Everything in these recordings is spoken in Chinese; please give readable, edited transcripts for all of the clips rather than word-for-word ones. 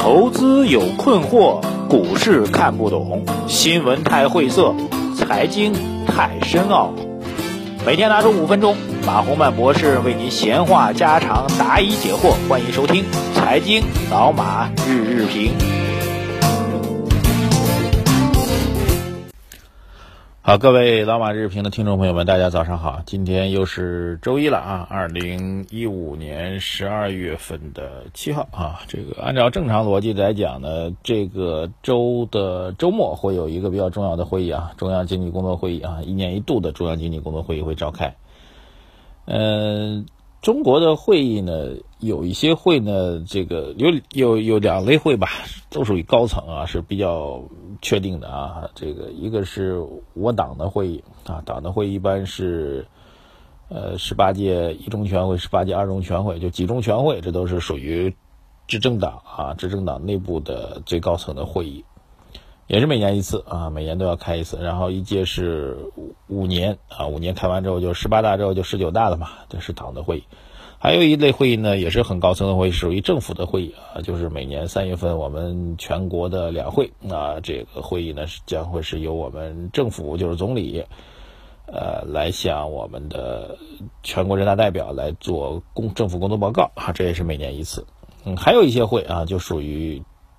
投资有困惑，股市看不懂，新闻太晦涩，财经太深奥。每天拿出5分钟，马洪曼博士为您闲话家常，答疑解惑。欢迎收听财经老马日日评。好，各位老马日评的听众朋友们，大家早上好！今天又是周一了啊，2015年12月份的7号啊。这个按照正常逻辑来讲呢，这个周的周末会有一个比较重要的会议啊，中央经济工作会议啊，1年1度的中央经济工作会议会召开。中国的会议呢，有一些会呢，这个有两类会吧，都属于高层啊，是比较确定的啊。这个一个是我党的会议啊，党的会议一般是18届一中全会、18届二中全会，就几中全会，这都是属于执政党啊，执政党内部的最高层的会议。也是每年一次啊，每年都要开一次，然后一届是5年啊，5年开完之后就18大之后就19大了嘛，这是党的会议。还有一类会议呢，也是很高层的会议，属于政府的会议啊，就是每年3月份我们全国的两会啊，这个会议呢将会是由我们政府就是总理来向我们的全国人大代表来做政府工作报告啊，这也是每年一次。还有一些会啊，就属于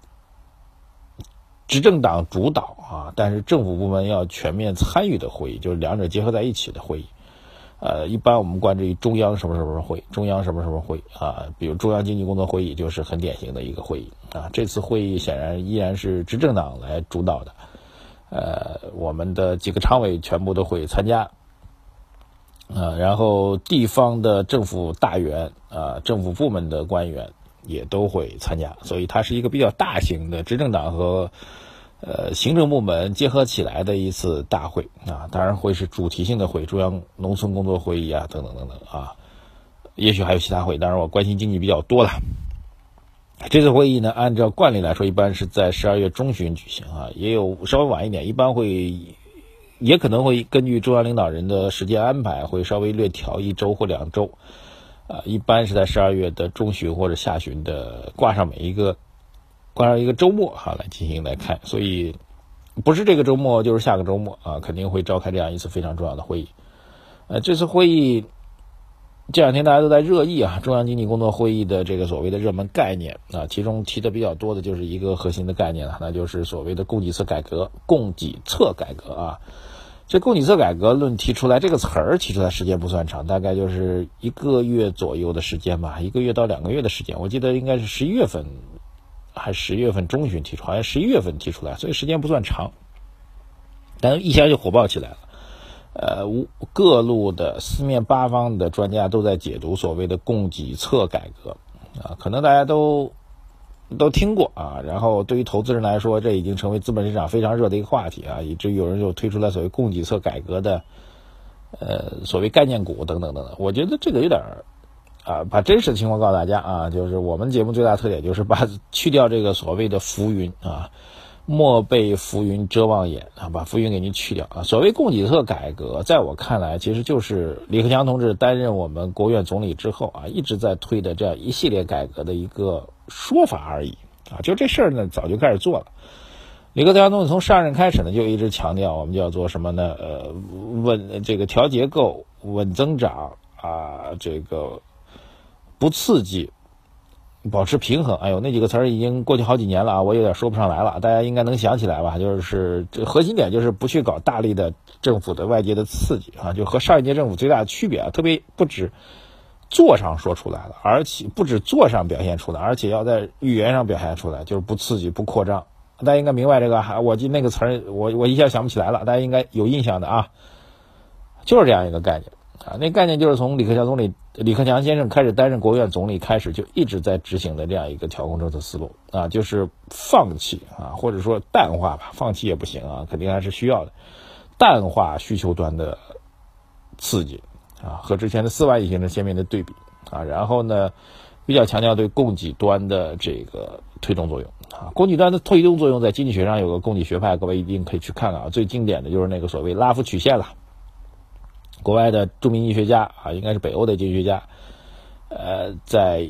执政党主导啊，但是政府部门要全面参与的会议，就是两者结合在一起的会议。一般我们关注于中央什么什么会，中央什么什么会啊，比如中央经济工作会议就是很典型的一个会议啊。这次会议显然依然是执政党来主导的，我们的几个常委全部都会参加，然后地方的政府大员政府部门的官员也都会参加，所以它是一个比较大型的执政党和行政部门结合起来的一次大会啊，当然会是主题性的会，中央农村工作会议啊，等等等等啊，也许还有其他会，当然我关心经济比较多了。这次会议呢，按照惯例来说，一般是在12月中旬举行啊，也有稍微晚一点，一般也可能会根据中央领导人的时间安排，会稍微略调1周或2周。一般是在12月的中旬或者下旬的挂上一个周末来进行来看，所以不是这个周末就是下个周末啊，肯定会召开这样一次非常重要的会议。这次会议这两天大家都在热议啊，中央经济工作会议的这个所谓的热门概念啊，其中提的比较多的就是一个核心的概念了，那就是所谓的供给侧改革啊。这供给侧改革论提出来这个词儿提出来时间不算长，大概就是1个月左右的时间吧，1个月到2个月的时间，我记得应该是11月份还是10月份中旬提出，好像11月份提出来，所以时间不算长，但一下就火爆起来了。各路的四面八方的专家都在解读所谓的供给侧改革啊，可能大家都听过啊，然后对于投资人来说，这已经成为资本市场非常热的一个话题啊，以至于有人就推出来所谓供给侧改革的所谓概念股等等等等。我觉得这个有点把真实的情况告诉大家啊，就是我们节目最大的特点就是去掉这个所谓的浮云啊，莫被浮云遮望眼啊，把浮云给您去掉啊。所谓供给侧改革，在我看来其实就是李克强同志担任我们国务院总理之后啊，一直在推的这样一系列改革的一个说法而已啊。就这事儿呢，早就开始做了。李克强总理从上任开始呢，就一直强调我们叫做什么呢？这个调结构、稳增长啊，这个不刺激，保持平衡。哎呦，那几个词儿已经过去好几年了啊，我有点说不上来了，大家应该能想起来吧？就是这核心点就是不去搞大力的政府的外界的刺激啊，就和上一届政府最大的区别啊，特别不止做上说出来了，而且不止做上表现出来，而且要在语言上表现出来，就是不刺激、不扩张。大家应该明白这个，我记那个词儿，我一下想不起来了，大家应该有印象的啊，就是这样一个概念啊。那概念就是从李克强先生开始担任国务院总理开始，就一直在执行的这样一个调控政策思路啊，就是放弃啊，或者说淡化吧，放弃也不行啊，肯定还是需要的，淡化需求端的刺激啊，和之前的4万亿形成鲜明的对比啊。然后呢，比较强调对供给端的这个推动作用啊。供给端的推动作用在经济学上有个供给学派，各位一定可以去看看啊。最经典的就是那个所谓拉夫曲线了，国外的著名经济学家啊，应该是北欧的经济学家，在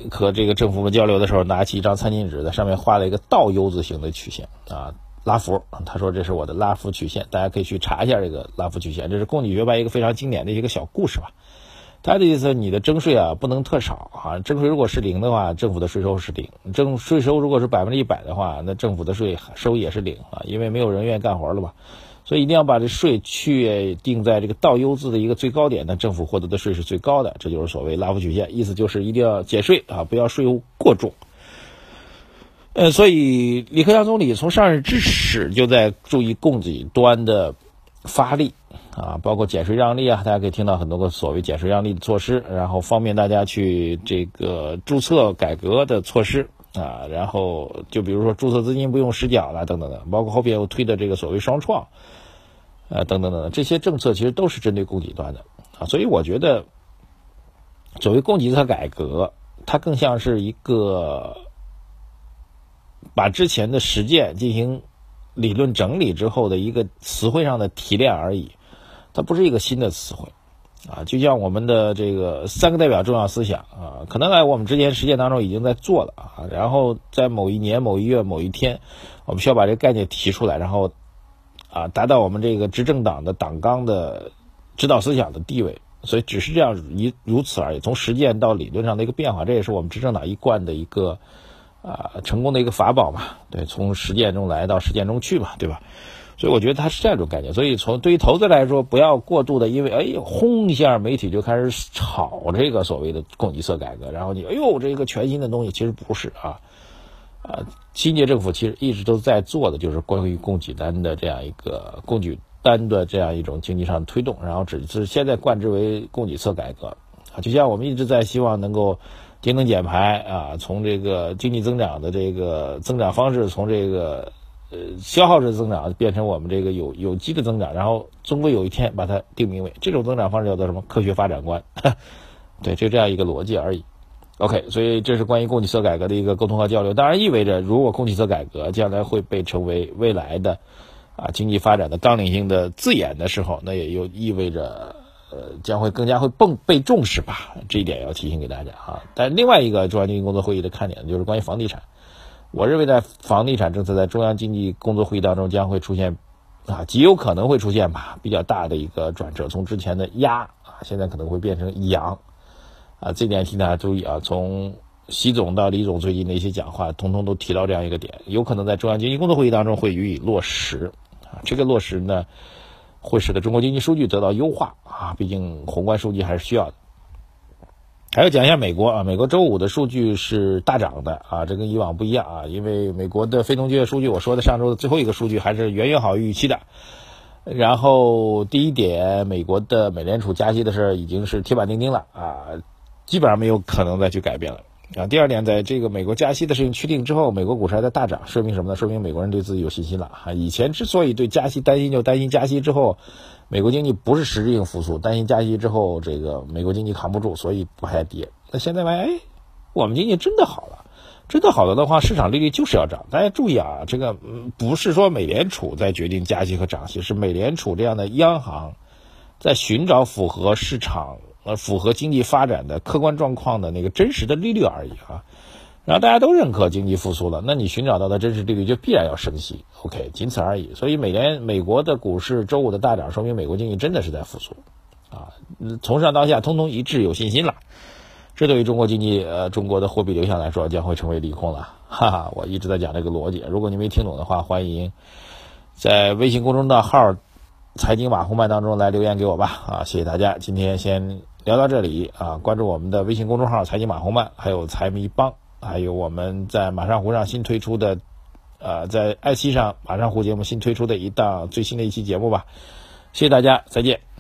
和这个政府们交流的时候，拿起一张餐巾纸，在上面画了一个倒 U 字形的曲线啊，拉幅。他说这是我的拉幅曲线，大家可以去查一下这个拉幅曲线，这是供给学派一个非常经典的一个小故事吧。他的意思，你的征税啊不能特少啊，征税如果是0的话，政府的税收是0；税收如果是100%的话，那政府的税收也是0啊，因为没有人愿意干活了嘛。所以一定要把这税确定在这个倒 U 字的一个最高点，那政府获得的税是最高的，这就是所谓拉幅曲线，意思就是一定要减税啊，不要税务过重。所以李克强总理从上任之始就在注意供给端的发力啊，包括减税让利啊，大家可以听到很多个所谓减税让利的措施，然后方便大家去这个注册改革的措施啊，然后就比如说注册资金不用实缴了等等的，包括后边又推的这个所谓双创等等等，这些政策其实都是针对供给端的啊，所以我觉得所谓供给侧改革，它更像是一个把之前的实践进行理论整理之后的一个词汇上的提炼而已，它不是一个新的词汇啊。就像我们的这个3个代表重要思想啊，可能在我们之前实践当中已经在做了啊，然后在某一年某一月某一天，我们需要把这个概念提出来，然后达到我们这个执政党的党纲的指导思想的地位，所以只是这样如此而已。从实践到理论上的一个变化，这也是我们执政党一贯的一个成功的一个法宝嘛，对，从实践中来到实践中去嘛，对吧？所以我觉得它是这样一种概念。所以对于投资来说，不要过度的因为轰一下媒体就开始炒这个所谓的供给侧改革，然后你这个全新的东西，其实不是啊。新届政府其实一直都在做的就是关于供给端的这样一个供给端的这样一种经济上的推动，然后只是现在冠之为供给侧改革啊。就像我们一直在希望能够节能减排啊，从这个经济增长的这个增长方式，从这个消耗式增长变成我们这个有机的增长，然后终归有一天把它定名为这种增长方式叫做什么科学发展观对，就这样一个逻辑而已。OK， 所以这是关于供给侧改革的一个沟通和交流。当然意味着，如果供给侧改革将来会被成为未来的经济发展的纲领性的字眼的时候，那也又意味着将会更加会被重视吧。这一点要提醒给大家啊。但另外一个中央经济工作会议的看点就是关于房地产。我认为在房地产政策在中央经济工作会议当中将会出现极有可能会出现吧比较大的一个转折，从之前的压现在可能会变成扬。这点提大家注意啊，从习总到李总最近的一些讲话，统统都提到这样一个点，有可能在中央经济工作会议当中会予以落实这个落实呢，会使得中国经济数据得到优化毕竟宏观数据还是需要的。还要讲一下美国美国周五的数据是大涨的这跟以往不一样因为美国的非农就业数据，我说的上周的最后一个数据还是远远好于预期的。然后第一点，美国的美联储加息的事已经是铁板钉钉了基本上没有可能再去改变了第二点，在这个美国加息的事情确定之后，美国股市还在大涨，说明什么呢？说明美国人对自己有信心了以前之所以对加息担心，就担心加息之后美国经济不是实质性复苏，担心加息之后这个美国经济扛不住，所以不还跌。那现在我们经济真的好了，真的好了的话，市场利率就是要涨。大家注意这个不是说美联储在决定加息和涨息，是美联储这样的央行在寻找符合市场符合经济发展的客观状况的那个真实的利率而已然后大家都认可经济复苏了，那你寻找到的真实利率就必然要升息 OK， 仅此而已。所以美国的股市周五的大涨，说明美国经济真的是在复苏从上到下通通一致，有信心了。这对于中国经济中国的货币流向来说将会成为利空了我一直在讲这个逻辑，如果你没听懂的话，欢迎在微信公众号财经马红漫当中来留言给我吧谢谢大家，今天先聊到这里关注我们的微信公众号财经马红漫，还有财迷帮，还有我们在马上湖上新推出的在爱奇艺上马上湖节目新推出的一档最新的一期节目吧。谢谢大家，再见。